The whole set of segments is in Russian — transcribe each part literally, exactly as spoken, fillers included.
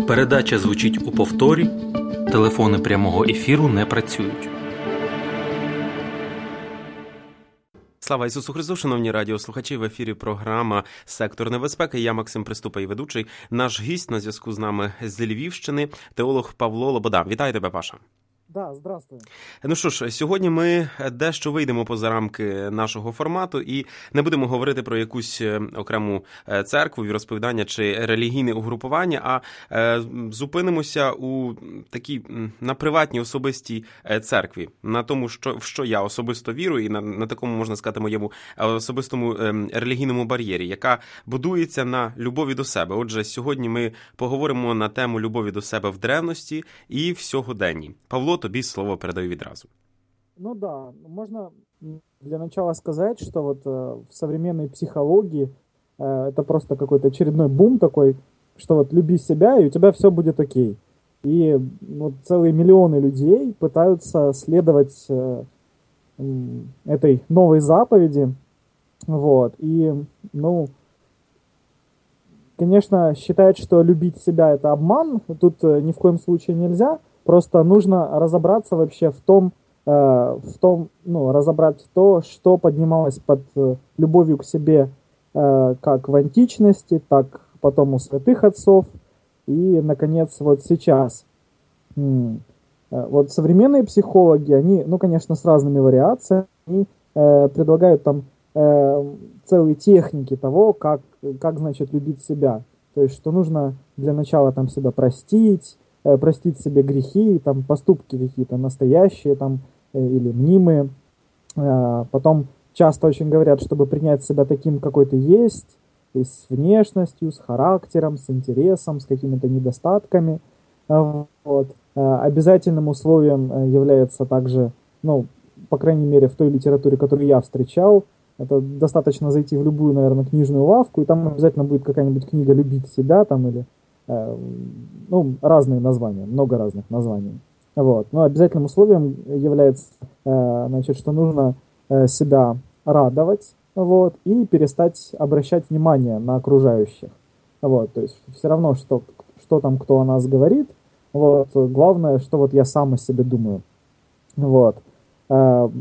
Передача звучить у повторі, телефони прямого ефіру не працюють. Слава Ісусу Христу, шановні радіослухачі, в ефірі програма «Сектор небезпеки». Я Максим Приступа і ведучий. Наш гість на зв'язку з нами з Львівщини, теолог Павло Лобода. Вітаю тебе, Паша. Да, здравствуй. Ну що ж, сьогодні ми дещо вийдемо поза рамки нашого формату і не будемо говорити про якусь окрему церкву, розповідання чи релігійне угрупування, а зупинимося у такій, на приватній особистій церкві, на тому, що, в що я особисто вірую, і на, на такому, можна сказати, моєму особистому релігійному бар'єрі, яка будується на любові до себе. Отже, сьогодні ми поговоримо на тему любові до себе в древності і в сьогоденні. Павло, тобі слово передаю відразу. Ну да, можно для начала сказать, что вот э, в современной психологии э, это просто какой-то очередной бум такой, что вот люби себя, и у тебя все будет окей. И вот целые миллионы людей пытаются следовать э, этой новой заповеди. Вот. И, ну, конечно, считать, что любить себя это обман, тут э, ни в коем случае нельзя. Просто нужно разобраться вообще в том, э, в том, ну, разобрать то, что поднималось под э, любовью к себе э, как в античности, так потом у святых отцов и, наконец, вот сейчас. М- э, вот современные психологи, они, ну, конечно, с разными вариациями, они э, предлагают там э, целые техники того, как, как, значит, любить себя. То есть, что нужно для начала там себя простить, простить себе грехи, там поступки какие-то настоящие там или мнимые. Потом часто очень говорят, чтобы принять себя таким, какой ты есть, и с внешностью, с характером, с интересом, с какими-то недостатками. Вот. Обязательным условием является также, ну, по крайней мере, в той литературе, которую я встречал, это достаточно зайти в любую, наверное, книжную лавку, и там обязательно будет какая-нибудь книга «Любить себя» там или ну, разные названия, много разных названий. Вот. Но обязательным условием является, значит, что нужно себя радовать, вот, и перестать обращать внимание на окружающих. Вот. То есть все равно, что, что там кто о нас говорит, вот, главное, что вот я сам о себе думаю. Вот. О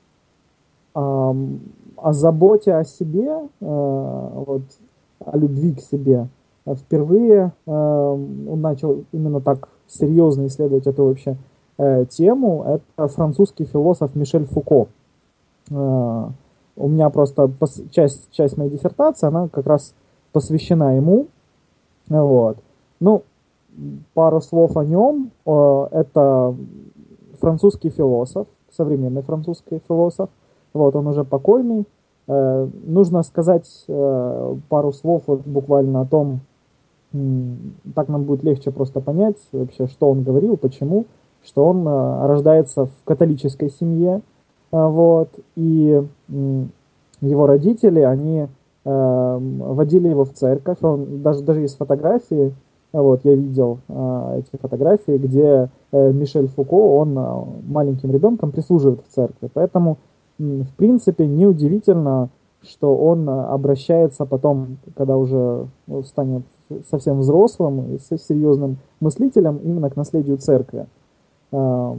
заботе о себе, вот, о любви к себе впервые э, он начал именно так серьезно исследовать эту вообще э, тему. Это французский философ Мишель Фуко. Э, у меня просто пос- часть, часть моей диссертации, она как раз посвящена ему. Вот. Ну, пару слов о нем. Э, это французский философ, современный французский философ. Вот, он уже покойный. Э, нужно сказать э, пару слов вот, буквально о том, так нам будет легче просто понять вообще, что он говорил, почему, что он э, рождается в католической семье, э, вот, и э, его родители, они э, водили его в церковь, он, даже, даже есть фотографии, вот, я видел э, эти фотографии, где э, Мишель Фуко, он э, маленьким ребенком прислуживает в церкви, поэтому, э, в принципе, неудивительно, что он обращается потом, когда уже станет совсем взрослым и серьезным мыслителем, именно к наследию церкви. Что,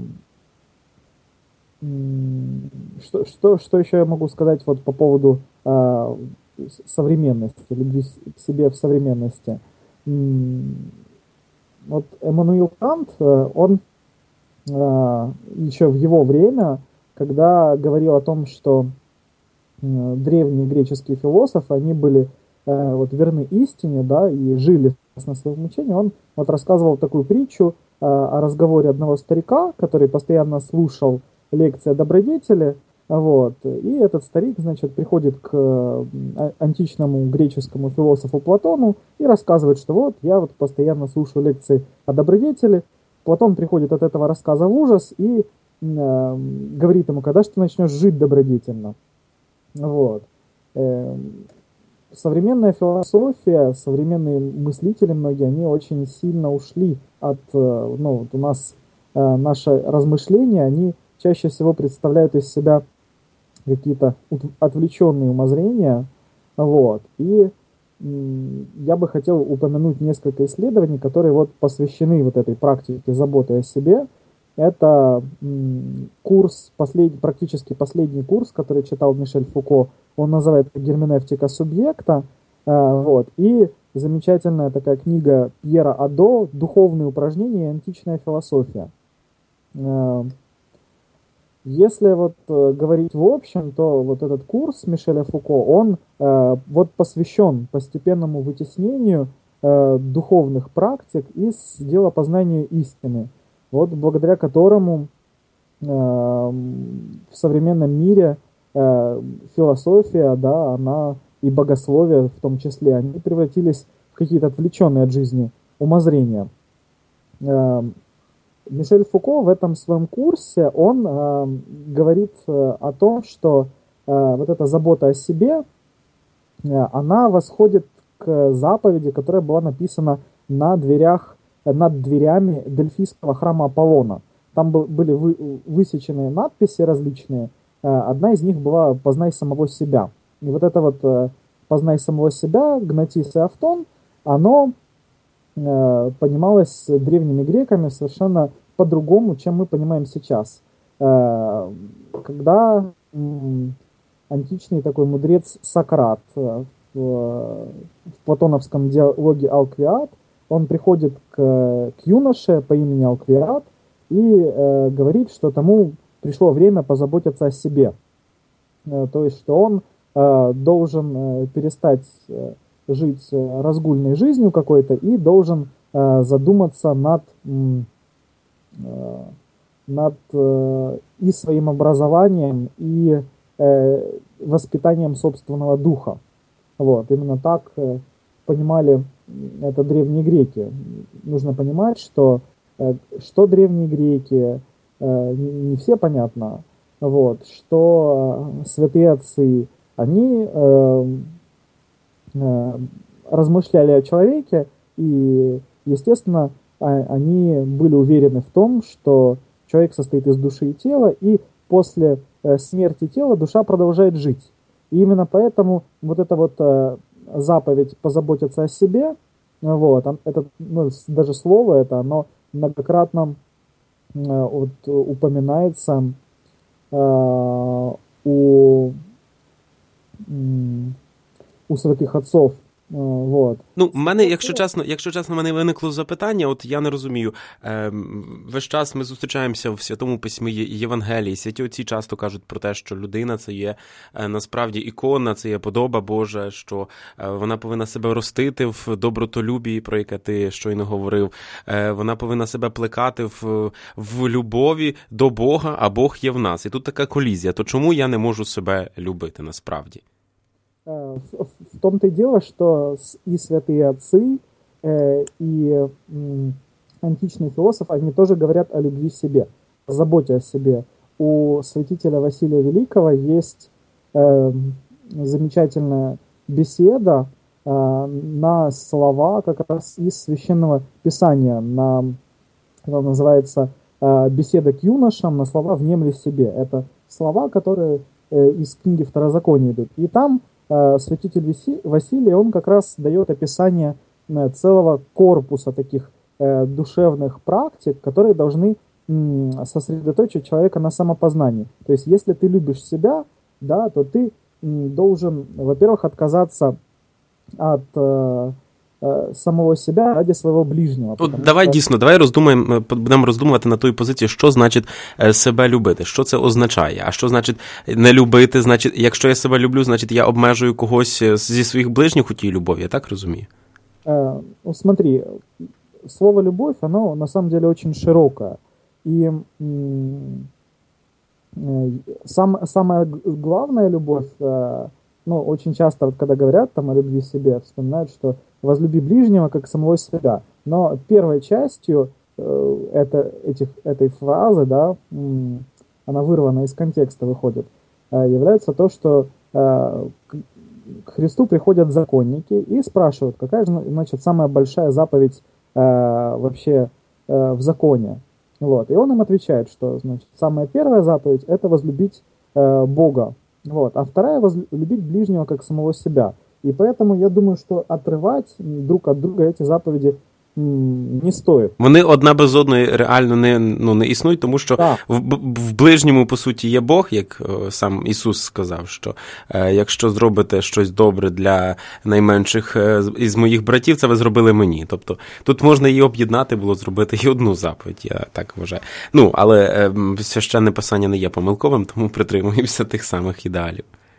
что, что еще я могу сказать вот по поводу э, современности, любви к себе в современности? Вот Эммануил Кант, он э, еще в его время, когда говорил о том, что древние греческие философы, они были э, вот, верны истине, да, и жили на своем учении, он вот рассказывал такую притчу э, о разговоре одного старика, который постоянно слушал лекции о добродетели, вот, и этот старик, значит, приходит к э, античному греческому философу Платону и рассказывает, что вот, я вот постоянно слушаю лекции о добродетели. Платон приходит от этого рассказа в ужас и э, говорит ему, когда же ты начнешь жить добродетельно? Вот. Современная философия, современные мыслители многие, они очень сильно ушли от, ну, вот у нас наши размышления, они чаще всего представляют из себя какие-то отвлеченные умозрения, вот, и я бы хотел упомянуть несколько исследований, которые вот посвящены вот этой практике заботы о себе. Это курс, послед, практически последний курс, который читал Мишель Фуко, он называется «Герменевтика субъекта». Вот. И замечательная такая книга Пьера Адо «Духовные упражнения и античная философия». Если вот э, говорить в общем, то вот этот курс Мишеля Фуко, он э, вот посвящен постепенному вытеснению э, духовных практик из дела познания истины, вот благодаря которому э, в современном мире э, философия, да, она и богословие в том числе, они превратились в какие-то отвлеченные от жизни умозрения. Э, Мишель Фуко в этом своем курсе, он э, говорит э, о том, что э, вот эта забота о себе, э, она восходит к заповеди, которая была написана на дверях, э, над дверями Дельфийского храма Аполлона. Там был, были вы, высечены надписи различные, э, одна из них была «Познай самого себя». И вот это вот э, «Познай самого себя», Гнатис и Автон, оно понималось древними греками совершенно по-другому, чем мы понимаем сейчас. Когда античный такой мудрец Сократ в, в платоновском диалоге «Алквиад», он приходит к, к юноше по имени Алквиад и э, говорит, что тому пришло время позаботиться о себе. Э, то есть, что он э, должен э, перестать э, жить разгульной жизнью какой-то и должен э, задуматься над, э, над э, и своим образованием, и э, воспитанием собственного духа. Вот, именно так э, понимали это древние греки. Нужно понимать, что, э, что древние греки, э, не все понятно, вот, что святые отцы, они э, размышляли о человеке, и, естественно, они были уверены в том, что человек состоит из души и тела, и после смерти тела душа продолжает жить. И именно поэтому вот эта вот заповедь позаботиться о себе, вот, это, ну, даже слово это, оно многократно вот, упоминается э, у у святих отцов. Вот. Ну, в мене, якщо чесно, якщо чесно, в мене виникло запитання, от я не розумію, е, весь час ми зустрічаємося в Святому Письмі Євангелії, святі отці часто кажуть про те, що людина це є е, насправді ікона, це є подоба Божа, що е, вона повинна себе ростити в добротолюбі, про яке ти щойно говорив, е, вона повинна себе плекати в, в любові до Бога, а Бог є в нас. І тут така колізія, то чому я не можу себе любити насправді? В, в том-то и дело, что и святые отцы, э, и э, античные философы, они тоже говорят о любви к себе, о заботе о себе. У святителя Василия Великого есть э, замечательная беседа э, на слова как раз из Священного Писания, на, она называется э, «Беседа к юношам», на слова «внемли себе». Это слова, которые э, из книги Второзакония идут. И там святитель Василий, он как раз дает описание целого корпуса таких душевных практик, которые должны сосредоточить человека на самопознании. То есть, если ты любишь себя, да, то ты должен, во-первых, отказаться от самого себя ради свого ближнього. От давай що... дійсно, давай роздумаємо, будемо роздумувати на той позиції, що значить себе любити, що це означає, а що значить не любити, значить, якщо я себе люблю, значить я обмежую когось зі своїх ближніх у тій любові, я так розумію? Э, ну, смотри, слово «любовь», оно на самом деле очень широкое, и м- сам, самая главная любовь, э, ну, очень часто, вот, когда говорят там о любви к себе, вспоминают, что возлюби ближнего, как самого себя. Но первой частью э, это, этих, этой фразы, да, м, она вырвана из контекста выходит, э, является то, что э, к, к Христу приходят законники и спрашивают, какая же, значит, самая большая заповедь э, вообще э, в законе. Вот. И он им отвечает, что, значит, самая первая заповедь – это возлюбить э, Бога. Вот. А вторая – возлюбить ближнего как самого себя. И поэтому я думаю, что отрывать друг от друга эти заповеди м, не стоит. Вони одна без одної реально не, ну, не існують, тому що Так. в, в ближньому, по суті, є Бог, як о, сам Ісус сказав, що е, якщо зробите щось добре для найменших е, із моїх братів, це ви зробили мені. Тобто тут можна її об'єднати, було зробити і одну заповідь, я так вважаю. Ну, але е, священне писання не є помилковим, тому притримуємося тих самих ідеалів.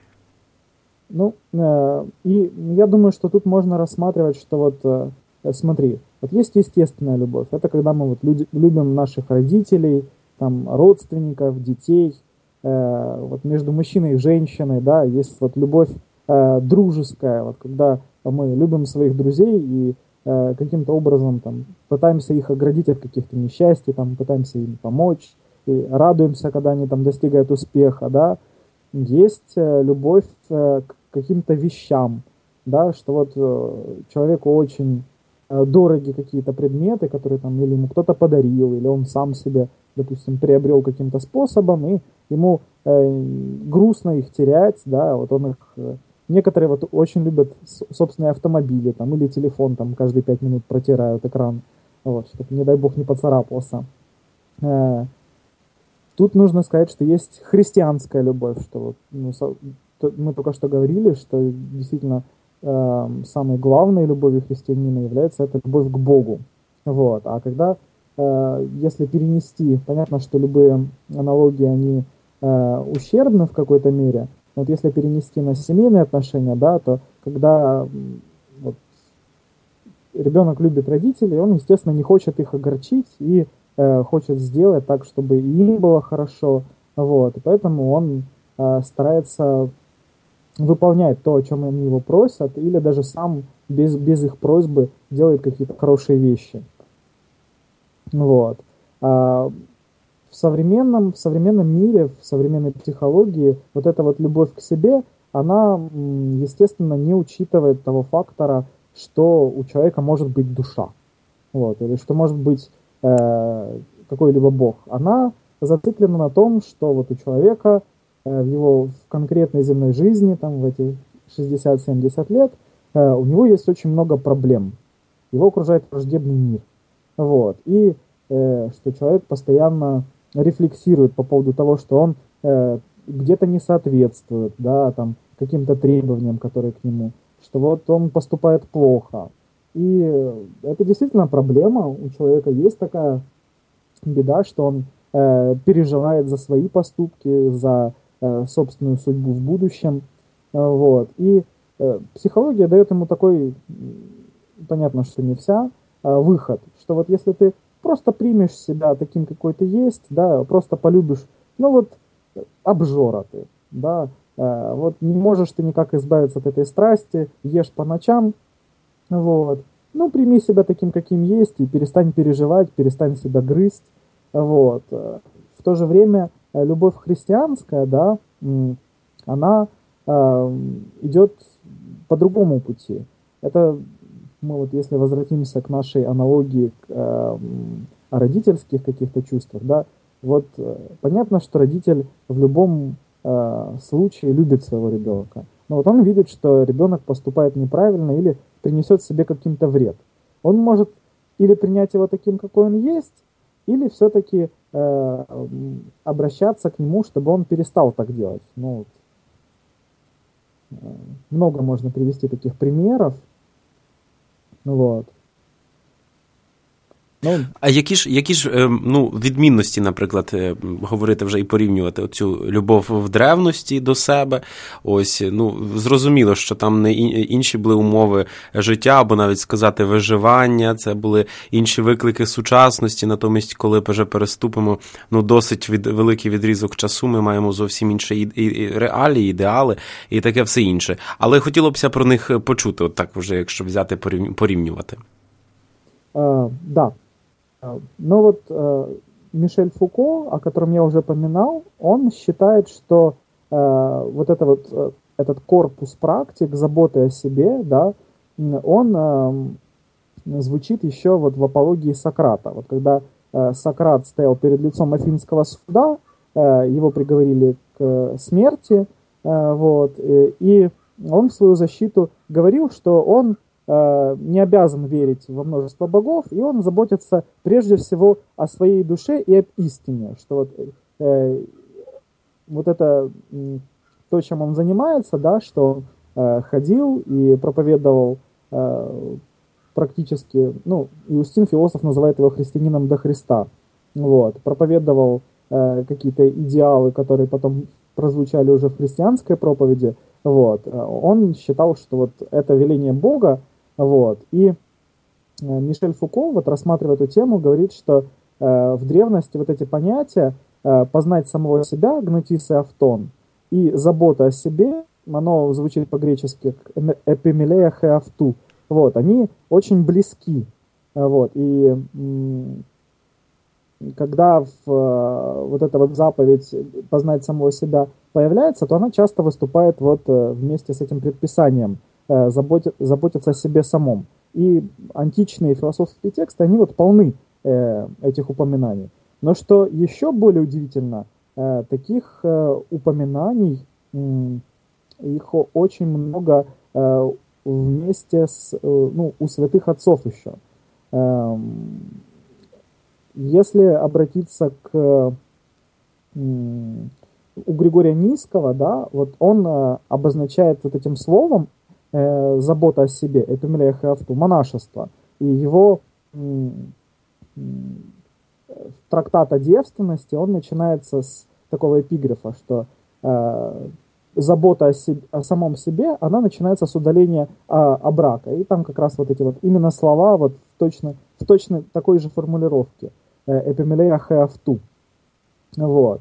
Ну, э, и я думаю, что тут можно рассматривать, что вот, э, смотри, вот есть естественная любовь. Это когда мы вот люди, любим наших родителей, там, родственников, детей, э, вот между мужчиной и женщиной, да, есть вот любовь э, дружеская, вот когда мы любим своих друзей и э, каким-то образом там пытаемся их оградить от каких-то несчастий, там, пытаемся им помочь, и радуемся, когда они там достигают успеха, да. Есть э, любовь э, к каким-то вещам, да, что вот э, человеку очень э, дороги какие-то предметы, которые там или ему кто-то подарил, или он сам себе, допустим, приобрел каким-то способом, и ему э, грустно их терять, да, вот он их... Э, некоторые вот очень любят собственные автомобили, там, или телефон, там, каждые пять минут протирают экран, вот, чтобы, не дай бог, не поцарапался. Э, Тут нужно сказать, что есть христианская любовь, что вот, ну, мы только что говорили, что действительно э, самой главной любовью христианина является это любовь к Богу. Вот. А когда, э, если перенести, понятно, что любые аналогии, они э, ущербны в какой-то мере, но вот если перенести на семейные отношения, да, то когда вот, ребенок любит родителей, он, естественно, не хочет их огорчить и хочет сделать так, чтобы и им было хорошо, вот, и поэтому он э, старается выполнять то, о чем они его просят, или даже сам без, без их просьбы делает какие-то хорошие вещи. Вот. А в современном, в современном мире, в современной психологии вот эта вот любовь к себе, она, естественно, не учитывает того фактора, что у человека может быть душа, вот, или что может быть какой-либо бог, она зациклена на том, что вот у человека в его в конкретной земной жизни, там в эти шестьдесят-семьдесят лет, у него есть очень много проблем. Его окружает враждебный мир. Вот. И что человек постоянно рефлексирует по поводу того, что он где-то не соответствует, да, там, каким-то требованиям, которые к нему, что вот он поступает плохо. И это действительно проблема. У человека есть такая беда, что он э, переживает за свои поступки, за э, собственную судьбу в будущем. Э, вот. И э, психология дает ему такой, понятно, что не вся, э, выход. Что вот если ты просто примешь себя таким, какой ты есть, да, просто полюбишь, ну вот обжора ты, да, э, вот не можешь ты никак избавиться от этой страсти, ешь по ночам, вот. Ну, прими себя таким, каким есть, и перестань переживать, перестань себя грызть. Вот. В то же время любовь христианская, да, она э, идет по другому пути. Это мы вот, если возвратимся к нашей аналогии к, э, о родительских каких-то чувствах, да, вот э, понятно, что родитель в любом э, случае любит своего ребенка. Но вот он видит, что ребенок поступает неправильно или принесет себе каким-то вред. Он может или принять его таким, какой он есть, или все-таки э, обращаться к нему, чтобы он перестал так делать. Ну, вот. Много можно привести таких примеров. Вот. Ну, а які ж, які ж ну, відмінності, наприклад, говорити вже і порівнювати оцю любов в древності до себе? Ось, ну, зрозуміло, що там не інші були умови життя, або навіть сказати виживання, це були інші виклики сучасності, натомість, коли вже переступимо, ну, досить від, великий відрізок часу, ми маємо зовсім інші і, і, реалії, ідеали і таке все інше. Але хотілося б про них почути, от так вже, якщо взяти порівнювати. Uh, да. Но вот э, Мишель Фуко, о котором я уже упоминал, он считает, что э, вот, это вот э, этот корпус практик заботы о себе, да, он э, звучит еще вот в апологии Сократа. Вот когда э, Сократ стоял перед лицом Афинского суда, э, его приговорили к смерти, э, вот, и, и он в свою защиту говорил, что он э, не обязан верить во множество богов, и он заботится прежде всего о своей душе и об истине, что вот, э, вот это м, то, чем он занимается, да, что он э, ходил и проповедовал э, практически, ну, Иустин, философ, называет его христианином до Христа, вот, проповедовал э, какие-то идеалы, которые потом прозвучали уже в христианской проповеди, вот, он считал, что вот это веление Бога, вот, и Мишель Фуко, вот рассматривая эту тему, говорит, что э, в древности вот эти понятия э, познать самого себя, гнотис и автон, и забота о себе, оно звучит по-гречески как эпимелея хеавту, вот, они очень близки, вот, и м- когда в, э, вот эта вот заповедь познать самого себя появляется, то она часто выступает вот э, вместе с этим предписанием э, заботи, заботиться о себе самом. И античные философские тексты, они вот полны э, этих упоминаний. Но что еще более удивительно, э, таких э, упоминаний, э, их очень много э, вместе с, э, ну, у святых отцов еще. Э, Если обратиться к м, у Григория Нисского, да, вот он э, обозначает вот этим словом э, забота о себе, эпимелея хеавту, монашество. И его м, м, трактат о девственности, он начинается с такого эпиграфа, что э, забота о, себе, о самом себе, она начинается с удаления о, о брака. И там как раз вот эти вот именно слова вот в точно, в точно такой же формулировке. Эпимелея хеавту. Вот.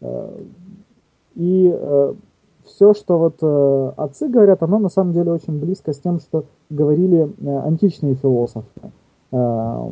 И э, все, что вот э, отцы говорят, оно на самом деле очень близко с тем, что говорили э, античные философы. Э,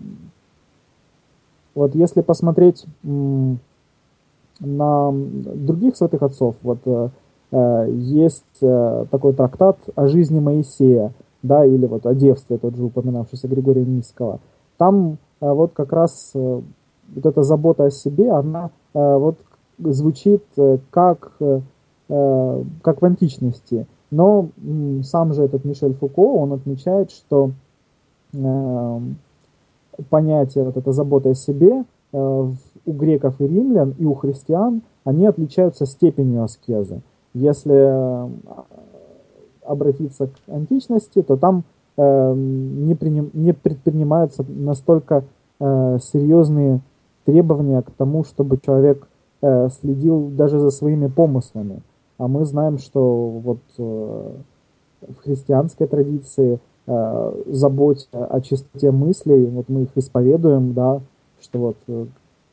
вот если посмотреть м, на других святых отцов, вот э, есть э, такой трактат о жизни Моисея, да, или вот о девстве, тот же упоминавшийся Григория Нисского. Там э, вот как раз э, вот эта забота о себе, она э, вот звучит э, как, э, как в античности. Но м, сам же этот Мишель Фуко, он отмечает, что э, понятие вот эта забота о себе э, у греков и римлян и у христиан, они отличаются степенью аскезы. Если э, обратиться к античности, то там э, не, приним, не предпринимаются настолько э, серьезные требования к тому, чтобы человек э, следил даже за своими помыслами. А мы знаем, что вот э, в христианской традиции э, забота о чистоте мыслей, вот мы их исповедуем, да, что вот э,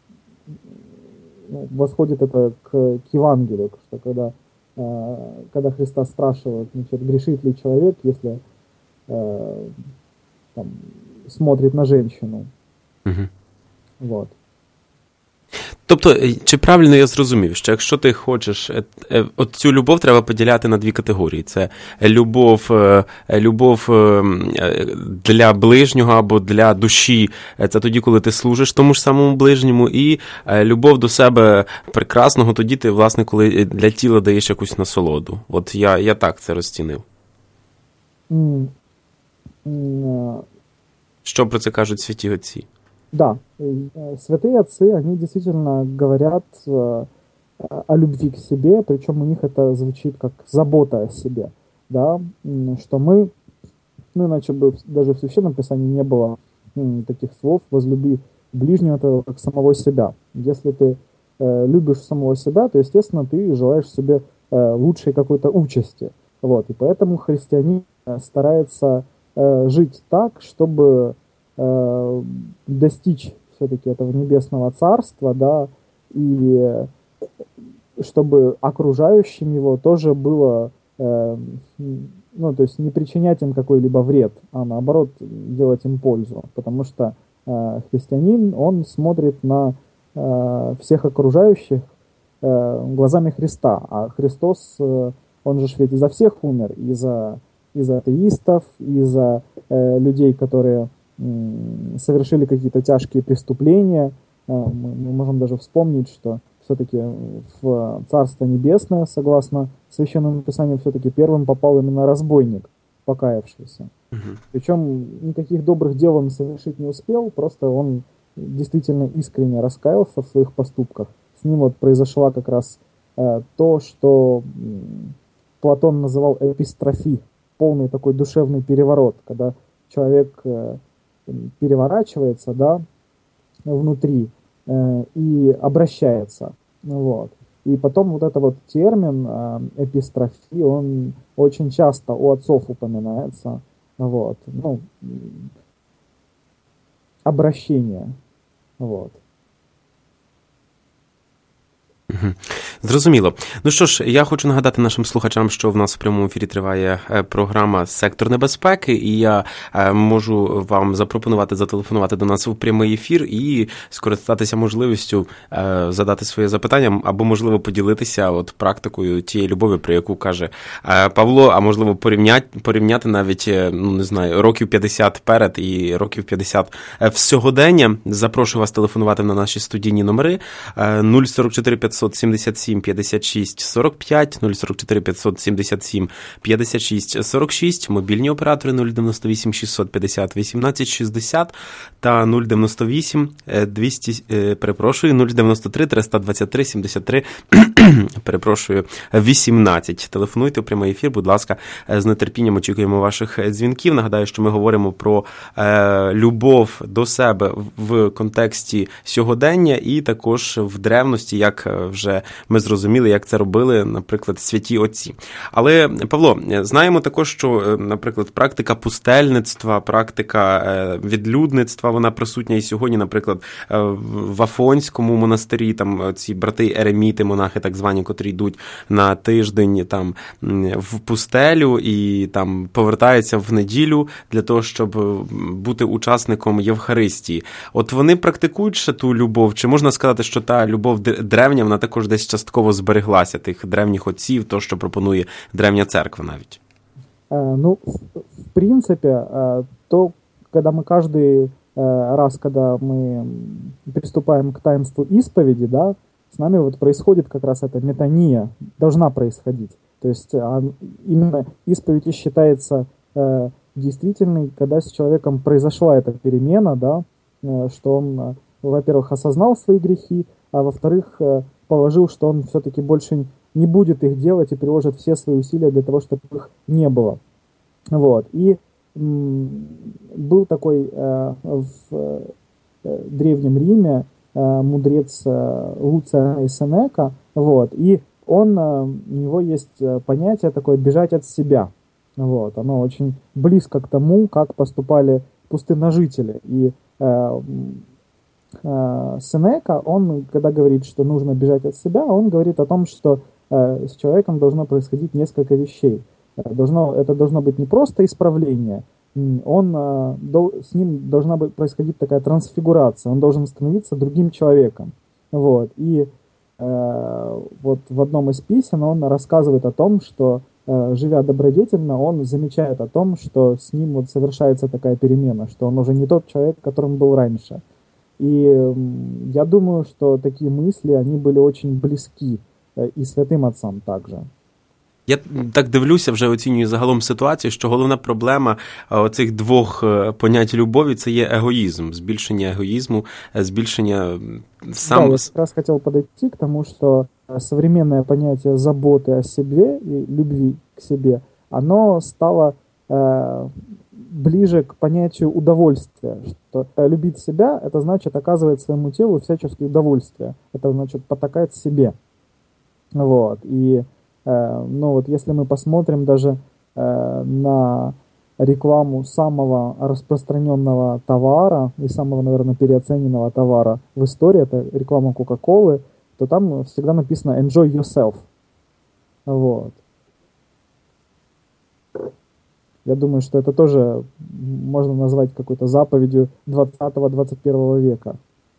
восходит это к, к Евангелию, что когда, э, когда Христа спрашивают, значит, грешит ли человек, если э, там, смотрит на женщину. Угу. Вот. Тобто, чи правильно я зрозумів, що якщо ти хочеш, от цю любов треба поділяти на дві категорії. Це любов, любов для ближнього або для душі, це тоді, коли ти служиш тому ж самому ближньому, і любов до себе прекрасного, тоді ти, власне, коли для тіла даєш якусь насолоду. От я, я так це розцінив. Mm. Mm. Що про це кажуть святі отці? Да, святые отцы, они действительно говорят э, о любви к себе, причем у них это звучит как забота о себе, да, что мы, ну иначе бы даже в Священном Писании не было м, таких слов «возлюби ближнего как самого себя». Если ты э, любишь самого себя, то, естественно, ты желаешь себе э, лучшей какой-то участи, вот, и поэтому христианин старается э, жить так, чтобы достичь все-таки этого небесного царства, да, и чтобы окружающим его тоже было, э, ну, то есть не причинять им какой-либо вред, а наоборот делать им пользу, потому что э, христианин, он смотрит на э, всех окружающих э, глазами Христа, а Христос, э, он же ведь за всех умер, и за, и за атеистов, и за э, людей, которые совершили какие-то тяжкие преступления. Мы можем даже вспомнить, что все-таки в Царство Небесное, согласно Священному Писанию, все-таки первым попал именно разбойник, покаявшийся. Мгм. Причем никаких добрых дел он совершить не успел, просто он действительно искренне раскаялся в своих поступках. С ним вот произошла как раз э, то, что м, Платон называл эпистрофи, полный такой душевный переворот, когда человек э, переворачивается, да, внутри э, и обращается. Вот. И потом вот это вот термин э, эпистрофи, он очень часто у отцов упоминается. Вот. Ну, м, обращение. Вот. Мгм. Зрозуміло. Ну що ж, я хочу нагадати нашим слухачам, що в нас в прямому ефірі триває е, програма «Сектор небезпеки», і я е, можу вам запропонувати зателефонувати до нас у прямий ефір і скористатися можливістю е, задати своє запитання, або, можливо, поділитися от практикою тієї любові, про яку каже е, Павло, а можливо, порівняти, порівняти навіть, е, ну, не знаю, років п'ятдесят перед і років п'ятдесят в сьогодення. Запрошую вас телефонувати на наші студійні номери е, нуль сорок чотири п'ятсот сімдесят сім п'ятдесят шість сорок п'ять, нуль сорок чотири п'ятсот сімдесят сім п'ятдесят шість сорок шість, мобільні оператори нуль дев'яносто вісім шістсот п'ятдесят вісімнадцять шістдесят та нуль дев'яносто вісім двісті, е, перепрошую, нуль дев'яносто три триста двадцять три сімдесят три, перепрошую, вісімнадцять. Телефонуйте у прямий ефір, будь ласка, з нетерпінням очікуємо ваших дзвінків. Нагадаю, що ми говоримо про е, любов до себе в контексті сьогодення і також в древності, як вже ми зрозуміли, як це робили, наприклад, святі отці. Але, Павло, знаємо також, що, наприклад, практика пустельництва, практика відлюдництва, вона присутня і сьогодні, наприклад, в Афонському монастирі, там ці брати-ереміти, монахи так звані, котрі йдуть на тиждень там в пустелю і там повертаються в неділю для того, щоб бути учасником Євхаристії. От вони практикують ще ту любов, чи можна сказати, що та любов древня, вона також десь частково збереглася, тих древніх отців, то, що пропонує древня церква навіть? Э, Ну, в в принципе, э, то, когда мы каждый э, раз, когда мы м, приступаем к таинству исповеди, да, с нами вот происходит как раз эта метания, должна происходить. То есть а, именно исповедь и считается э, действительной, когда с человеком произошла эта перемена, да, э, что он, э, во-первых, осознал свои грехи, а во-вторых, э, положил, что он все-таки больше не будет их делать и приложит все свои усилия для того, чтобы их не было. Вот. И м, был такой э, в э, Древнем Риме э, мудрец э, Луций Сенека, вот, и он, э, у него есть э, понятие такое «бежать от себя». Вот. Оно очень близко к тому, как поступали пустынножители. И э, э, Сенека, он, когда говорит, что нужно бежать от себя, он говорит о том, что э, с человеком должно происходить несколько вещей. Должно, это должно быть не просто исправление, он, э, дол, с ним должна быть, происходить такая трансфигурация, он должен становиться другим человеком. Вот. И э, вот в одном из писем он рассказывает о том, что, э, живя добродетельно, он замечает о том, что с ним вот совершается такая перемена, что он уже не тот человек, которым был раньше. И э, я думаю, что такие мысли, они были очень близки э, и святым отцам также. Я так дивлюся, вже оцінюю загалом ситуацію, що головна проблема оцих двох понять любові – це є егоїзм, збільшення егоїзму, збільшення сам... Да, я как раз хотел подойти к тому, что современное понятие заботы о себе и любви к себе, оно стало э, ближе к понятию удовольствия. Что любить себя – это значит оказывать своему телу всяческие удовольствия. Это значит потакать себе. Вот. И ну вот если мы посмотрим даже э, на рекламу самого распространенного товара и самого, наверное, переоцененного товара в истории, это реклама Кока-Колы, то там всегда написано «Enjoy yourself». Вот. Я думаю, что это тоже можно назвать какой-то заповедью двадцатого-двадцать первого века.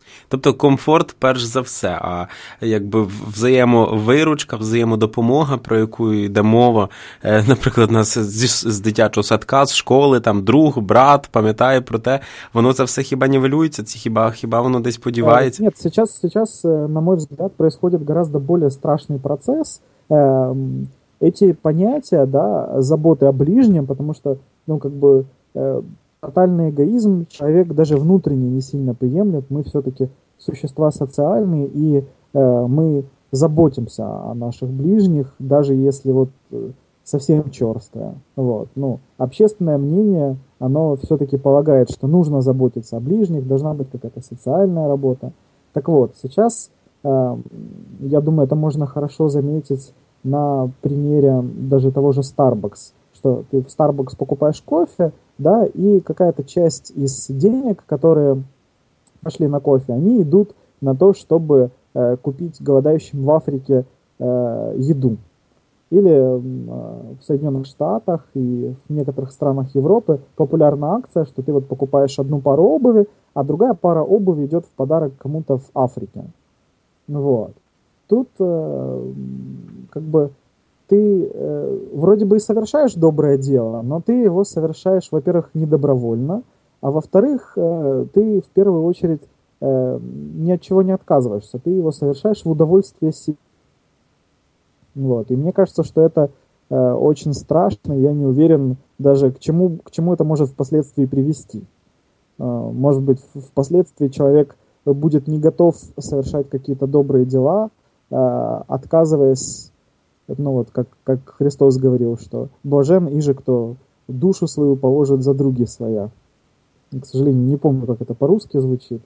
Тобто комфорт перш за все, а якби взаємовиручка, взаємодопомога, про яку йде мова, наприклад, у нас з, з дитячого садка, з школи, там друг, брат, пам'ятає про те, воно це все хіба нівелюється, це хіба, хіба воно десь подівається? Нет, сейчас, сейчас, на мой взгляд, происходит гораздо более страшный процесс. Эти понятия, да, заботы о ближнем, потому что, ну, как бы, тотальный эгоизм человек даже внутренне не сильно приемлет. Мы все-таки существа социальные, и э, мы заботимся о наших ближних, даже если вот совсем черствое. Вот. Ну, общественное мнение, оно все-таки полагает, что нужно заботиться о ближних, должна быть какая-то социальная работа. Так вот, сейчас, э, я думаю, это можно хорошо заметить на примере даже того же Starbucks, что ты в Starbucks покупаешь кофе, да, и какая-то часть из денег, которые пошли на кофе, они идут на то, чтобы э, купить голодающим в Африке э, еду. Или э, в Соединенных Штатах и в некоторых странах Европы популярна акция, что ты вот покупаешь одну пару обуви, а другая пара обуви идет в подарок кому-то в Африке. Вот. Тут э, как бы ты э, вроде бы и совершаешь доброе дело, но ты его совершаешь, во-первых, не добровольно, а во-вторых, э, ты в первую очередь э, ни от чего не отказываешься, ты его совершаешь в удовольствие себе. Вот. И мне кажется, что это э, очень страшно, я не уверен даже, к чему, к чему это может впоследствии привести. Э, может быть, впоследствии человек будет не готов совершать какие-то добрые дела, э, отказываясь. Ну вот, как, как Христос говорил, что блажен иже, кто душу свою положит за други своя. И, к сожалению, не помню, как это по-русски звучит.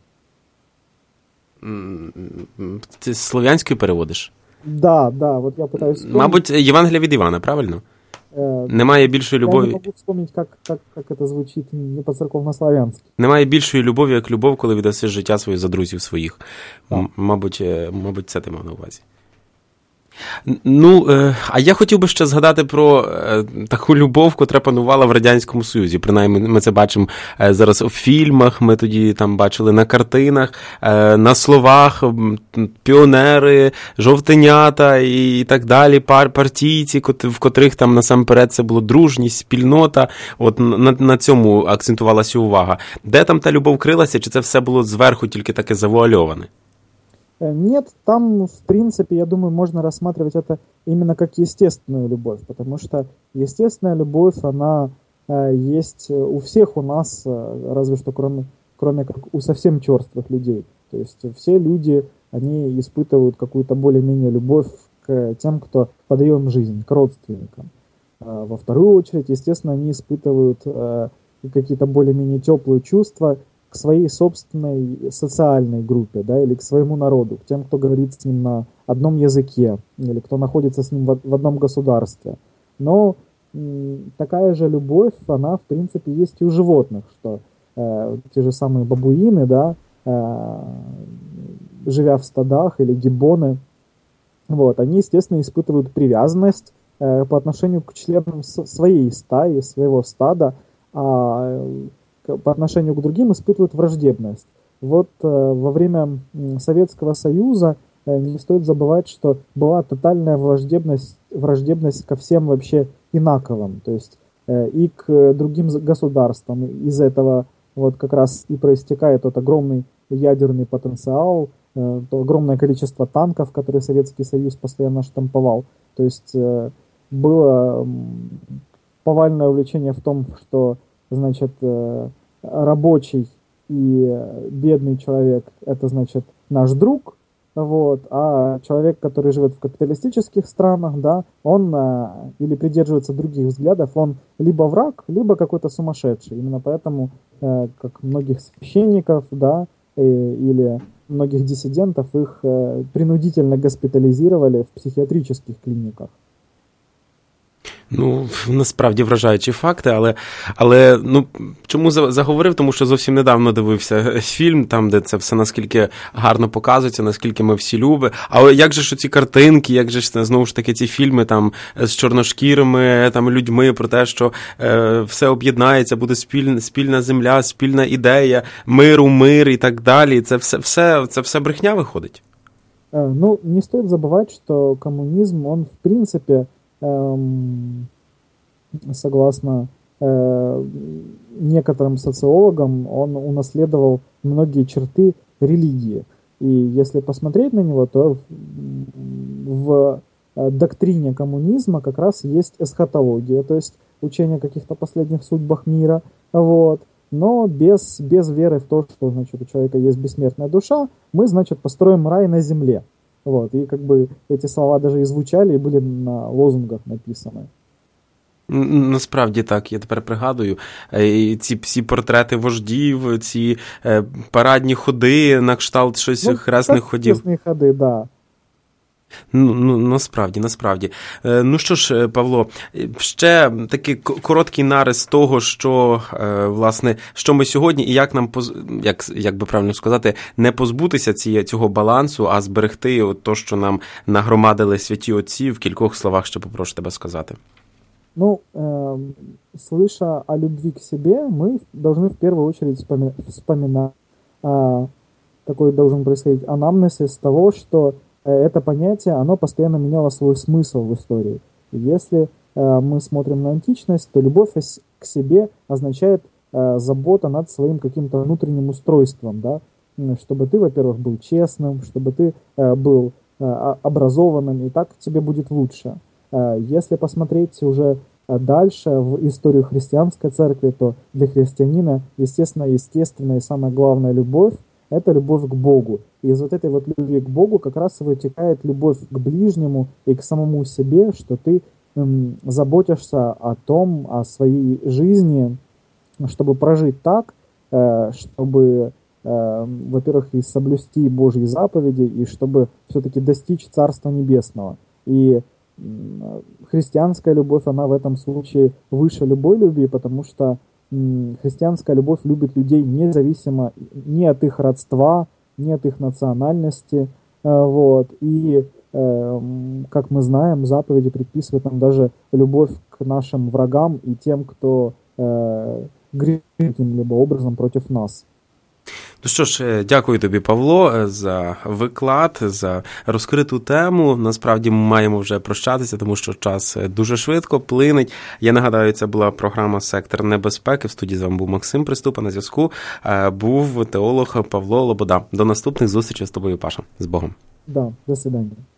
Ти з слов'янської переводиш? Да, да, вот я пытаюсь вспомнить. Мабуть, Євангелія від Івана, правильно? Э, Немає більшої любові. Я не могу вспомнить, как, как, как это звучит не по-церковно-славянски. Немає більшої любові, як любов, коли віддаси життя своє за друзів своїх. Так. М- мабуть, мабуть, це ти мав на увазі. Ну, а я хотів би ще згадати про таку любов, котра панувала в Радянському Союзі. Принаймні, ми це бачимо зараз у фільмах, ми тоді там бачили на картинах, на словах, піонери, жовтенята і так далі, пар, партійці, в котрих там насамперед це було дружність, спільнота. От на, на цьому акцентувалася увага. Де там та любов крилася, чи це все було зверху тільки таке завуальоване? Нет, там, в принципе, я думаю, можно рассматривать это именно как естественную любовь, потому что естественная любовь, она э, есть у всех у нас, э, разве что кроме, кроме как у совсем черствых людей. То есть все люди, они испытывают какую-то более-менее любовь к тем, кто подает им жизнь, к родственникам. А во вторую очередь, естественно, они испытывают э, какие-то более-менее теплые чувства к своей собственной социальной группе, да, или к своему народу, к тем, кто говорит с ним на одном языке, или кто находится с ним в, в одном государстве. Но м, такая же любовь, она, в принципе, есть и у животных, что э, те же самые бабуины, да, э, живя в стадах, или гиббоны, вот, они, естественно, испытывают привязанность э, по отношению к членам своей стаи, своего стада, а по отношению к другим испытывают враждебность. Вот э, во время Советского Союза э, не стоит забывать, что была тотальная враждебность, враждебность ко всем вообще инаковым, то есть э, и к другим государствам. Из этого вот как раз и проистекает тот огромный ядерный потенциал, э, то огромное количество танков, которые Советский Союз постоянно штамповал. То есть э, было повальное увлечение в том, что значит, рабочий и бедный человек – это, значит, наш друг, вот, а человек, который живет в капиталистических странах, да, он или придерживается других взглядов, он либо враг, либо какой-то сумасшедший. Именно поэтому, как многих священников, да, или многих диссидентов, их принудительно госпитализировали в психиатрических клиниках. Ну, насправді вражаючі факти, але, але ну, чому заговорив? Тому що зовсім недавно дивився фільм, там, де це все наскільки гарно показується, наскільки ми всі любимо. А як же ж ці картинки, як же ж, знову ж таки, ці фільми там з чорношкірими там, людьми про те, що е, все об'єднається, буде спільна, спільна земля, спільна ідея, миру, мир і так далі. Це все, все, це все брехня виходить? Ну, не стоит забывать, что коммунизм, он в принципе, эм, согласно э, некоторым социологам, он унаследовал многие черты религии. И если посмотреть на него, то в, в доктрине коммунизма как раз есть эсхатология, то есть учение о каких-то последних судьбах мира, вот. Но без, без веры в то, что, значит, у человека есть бессмертная душа, мы, значит, построим рай на земле. Вот. И как бы эти слова даже и звучали, и были на лозунгах написаны. Насправді так, я тепер пригадую, ці всі портрети вождів, ці парадні ходи на кшталт щось ну, хресних ходів. Хресні ходи, так. Да. Ну, ну, насправді, насправді. Ну що ж, Павло, ще такий короткий нарис того, що, власне, що ми сьогодні і як нам, як, як би правильно сказати, не позбутися ці, цього балансу, а зберегти от то, що нам нагромадили святі отці, в кількох словах ще попрошу тебе сказати. Ну, э, слыша о любви к себе, мы должны в первую очередь вспоминать, э, такой должен происходить анамнез из того, что это понятие, оно постоянно меняло свой смысл в истории. Если э, мы смотрим на античность, то любовь к себе означает э, забота над своим каким-то внутренним устройством, да? Чтобы ты, во-первых, был честным, чтобы ты э, был э, образованным, и так тебе будет лучше. Э, если посмотреть уже дальше в историю христианской церкви, то для христианина, естественно, естественная и самая главная любовь – это любовь к Богу. И из вот этой вот любви к Богу как раз и вытекает любовь к ближнему и к самому себе, что ты эм, заботишься о том, о своей жизни, чтобы прожить так, э, чтобы, э, во-первых, и соблюсти Божьи заповеди, и чтобы все-таки достичь Царства Небесного. И э, христианская любовь, она в этом случае выше любой любви, потому что христианская любовь любит людей независимо ни от их родства, ни от их национальности. Вот. И, как мы знаем, заповеди предписывают нам даже любовь к нашим врагам и тем, кто грешит каким-либо образом против нас. Ну що ж, дякую тобі, Павло, за виклад, за розкриту тему. Насправді ми маємо вже прощатися, тому що час дуже швидко плинить. Я нагадаю, це була програма «Сектор небезпеки». В студії з вами був Максим Приступа. На зв'язку був теолог Павло Лобода. До наступних зустрічей з тобою, Паша. З Богом. Да, до свидання.